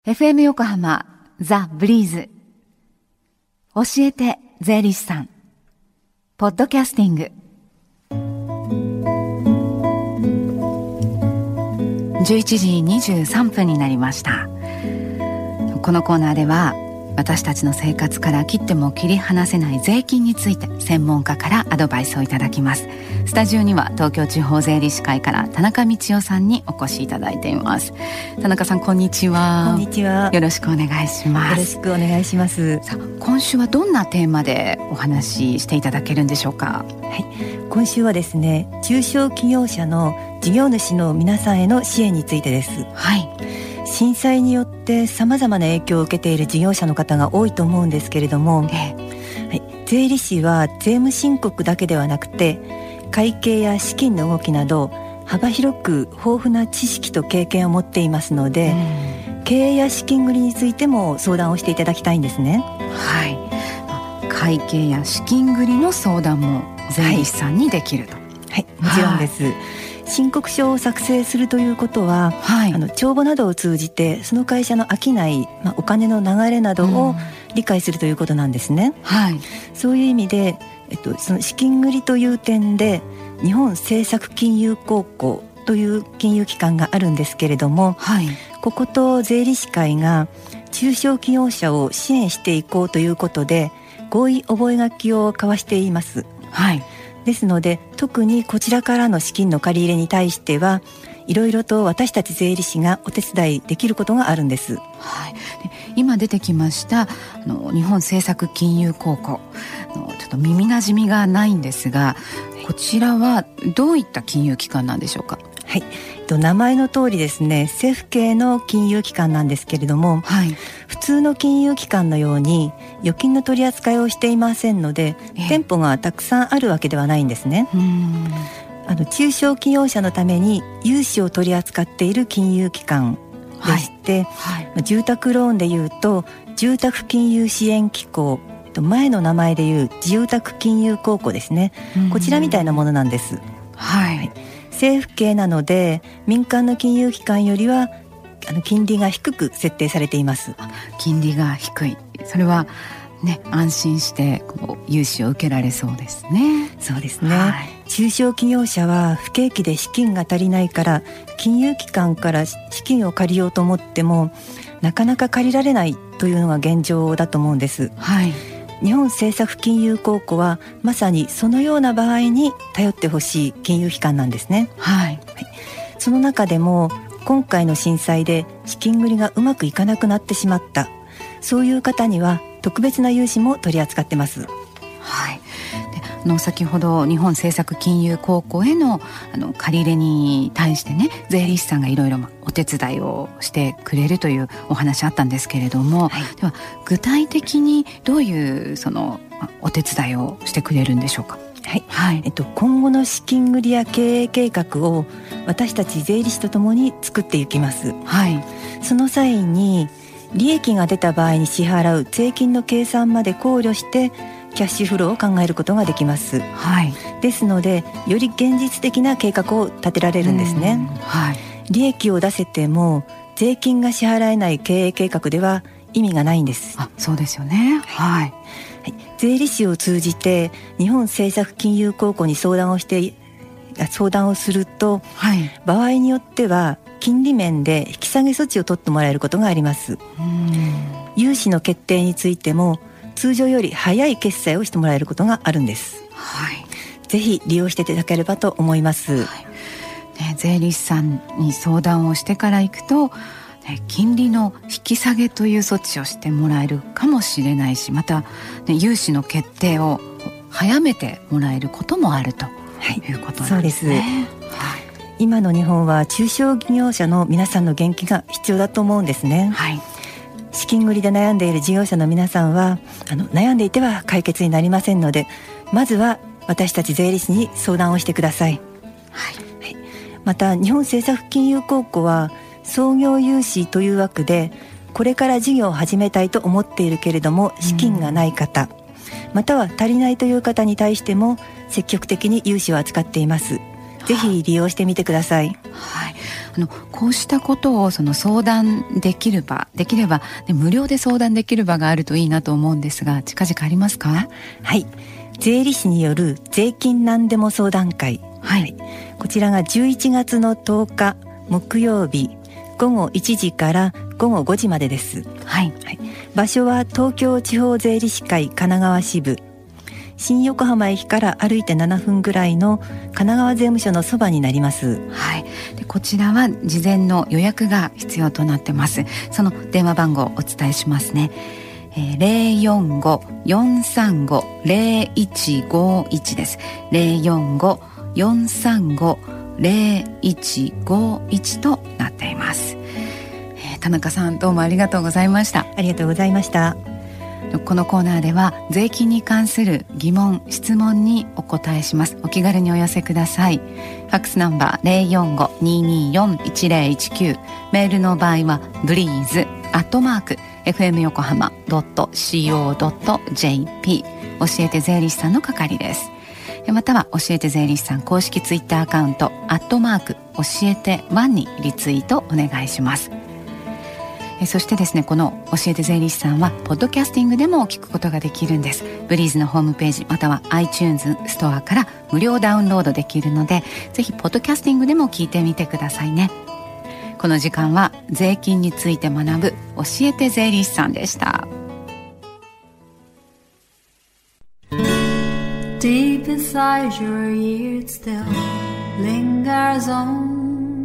FM 横浜ザ・ブリーズ教えて税理士さんポッドキャスティング11時23分になりました。このコーナーでは私たちの生活から切っても切り離せない税金について専門家からアドバイスをいただきます。スタジオには東京地方税理士会から田中道夫さんにお越しいただいています。田中さん、こんにちは。 こんにちは。 よろしくお願いします。 よろしくお願いします。 さあ、今週はどんなテーマでお話ししていただけるんでしょうか。 はい、今週はですね、中小企業者の事業主の皆さんへの支援についてです。 はい。 震災によって様々な影響を受けている事業者の方が多いと思うんですけれども、はい、税理士は税務申告だけではなくて会計や資金の動きなど幅広く豊富な知識と経験を持っていますので、経営や資金繰りについても相談をしていただきたいんですね。 はい。会計や資金繰りの相談も税理士さんにできると。 はい、もちろんです。申告書を作成するということは、はい、帳簿などを通じてその会社の商い、お金の流れなどを理解するということなんですね。はい、そういう意味で、その資金繰りという点で日本政策金融公庫という金融機関があるんですけれども、はい、ここと税理士会が中小企業者を支援していこうということで合意覚書を交わしています。はい、ですので特にこちらからの資金の借り入れに対してはいろいろと私たち税理士がお手伝いできることがあるんです。 はい、で今出てきました日本政策金融公庫、ちょっと耳なじみがないんですが、こちらはどういった金融機関なんでしょうか。 はい、名前の通りですね、政府系の金融機関なんですけれども、はい、普通の金融機関のように預金の取り扱いをしていませんので、店舗がたくさんあるわけではないんですね。中小企業者のために融資を取り扱っている金融機関でして、はいはい、住宅ローンでいうと住宅金融支援機構、前の名前でいう住宅金融公庫ですね。こちらみたいなものなんです。はい、政府系なので民間の金融機関よりは金利が低く設定されています。 金利が低い、それはね、安心して融資を受けられそうですね。 そうですね、はい、中小企業者は不景気で資金が足りないから金融機関から資金を借りようと思ってもなかなか借りられないというのが現状だと思うんです。はい、日本政策金融公庫はまさにそのような場合に頼ってほしい金融機関なんですね。はい、その中でも今回の震災で資金繰りがうまくいかなくなってしまった、そういう方には特別な融資も取り扱ってます。 はい、で先ほど日本政策金融公庫への借り入れに対してね、税理士さんがいろいろお手伝いをしてくれるというお話あったんですけれども、はい、では具体的にどういうお手伝いをしてくれるんでしょうか。 はいはい、今後の資金繰りや経営計画を私たち税理士とともに作っていきます。はい、その際に利益が出た場合に支払う税金の計算まで考慮してキャッシュフローを考えることができます。はい、ですのでより現実的な計画を立てられるんですね。はい、利益を出せても税金が支払えない経営計画では意味がないんです。 そうですよね。はい、はい、 税理士を通じて日本政策金融公庫に相談をすると、はい、場合によっては金利面で引き下げ措置を取ってもらえることがあります。融資の決定についても通常より早い決済をしてもらえることがあるんです。はい、ぜひ利用していただければと思います。はい、 税理士さんに相談をしてから行くと、金利の引き下げという措置をしてもらえるかもしれないし、また、融資の決定を早めてもらえることもあるということなんですね。 そうです。はい、今の日本は中小企業者の皆さんの元気が必要だと思うんですね。はい、資金繰りで悩んでいる事業者の皆さんは悩んでいては解決になりませんので、まずは私たち税理士に相談をしてください。はいはい、また日本政策金融公庫は創業融資という枠でこれから事業を始めたいと思っているけれども資金がない方、または足りないという方に対しても積極的に融資を扱っています。ぜひ利用してみてください。 はい、 こうしたことを相談できれば、ね、無料で相談できる場があるといいなと思うんですが、近々ありますか？ はい、税理士による税金何でも相談会、はい、こちらが11月の10日木曜日午後1時から午後5時までです。はいはい、場所は東京地方税理士会神奈川支部、新横浜駅から歩いて7分ぐらいの神奈川税務署のそばになります。 はい、でこちらは事前の予約が必要となってます。その電話番号をお伝えしますね。045-435-0151です。045-435-0151となっています。田中さん、どうもありがとうございました。 ありがとうございました。 このコーナーでは税金に関する疑問・質問にお答えします。お気軽にお寄せください。ファックスナンバー 045-224-1019、メールの場合は breeze@fmyokohama.co.jp、 教えて税理士さんの係です。または教えて税理士さん公式ツイッターアカウント@教えて1にリツイートお願いします。そしてですね、この教えて税理士さんはポッドキャスティングでも聞くことができるんです。ブリーズのホームページまたは iTunes ストアから無料ダウンロードできるので、ぜひポッドキャスティングでも聞いてみてくださいね。この時間は税金について学ぶ教えて税理士さんでした。 Deep inside your ears still lingers on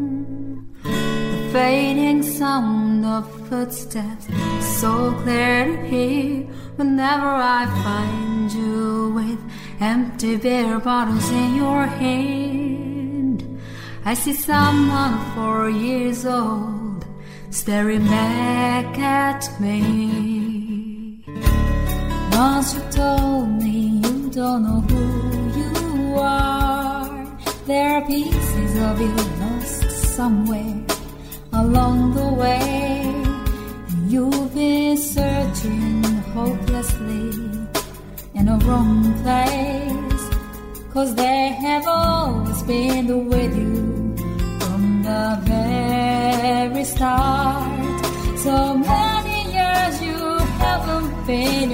fading sound of footsteps, so clear to hear whenever I find you with empty beer bottles in your hand. I see someone 4 years old staring back at me. Once you told me you don't know who you are. There are pieces of you lost somewhere along the way. You've been searching hopelessly in a wrong place, 'cause they have always been with you from the very start. So many years you haven't been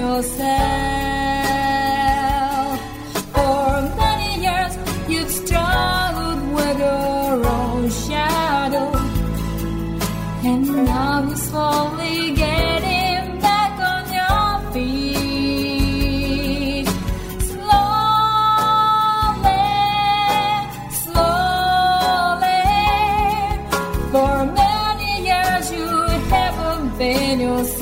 yourself. For many years you've struggled with your own shadow, and now you're slowly getting back on your feet. Slowly, slowly. For many years you haven't been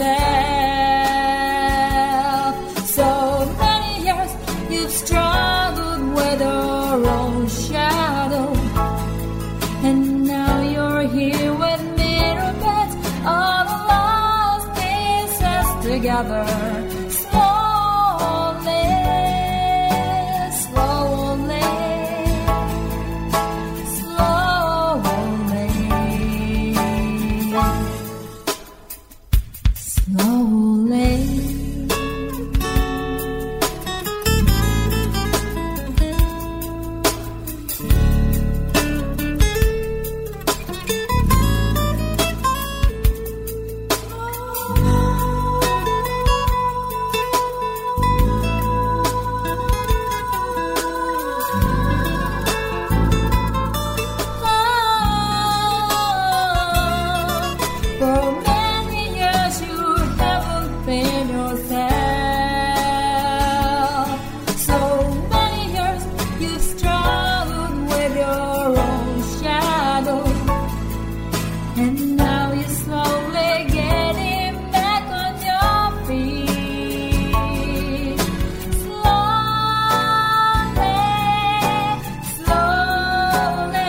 yourself. So many years you've struggled with your own shadow, and now you're here with me, all the lost pieces together. Slowly, slowly, slowly, slowly.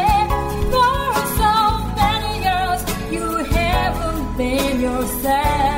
Yourself.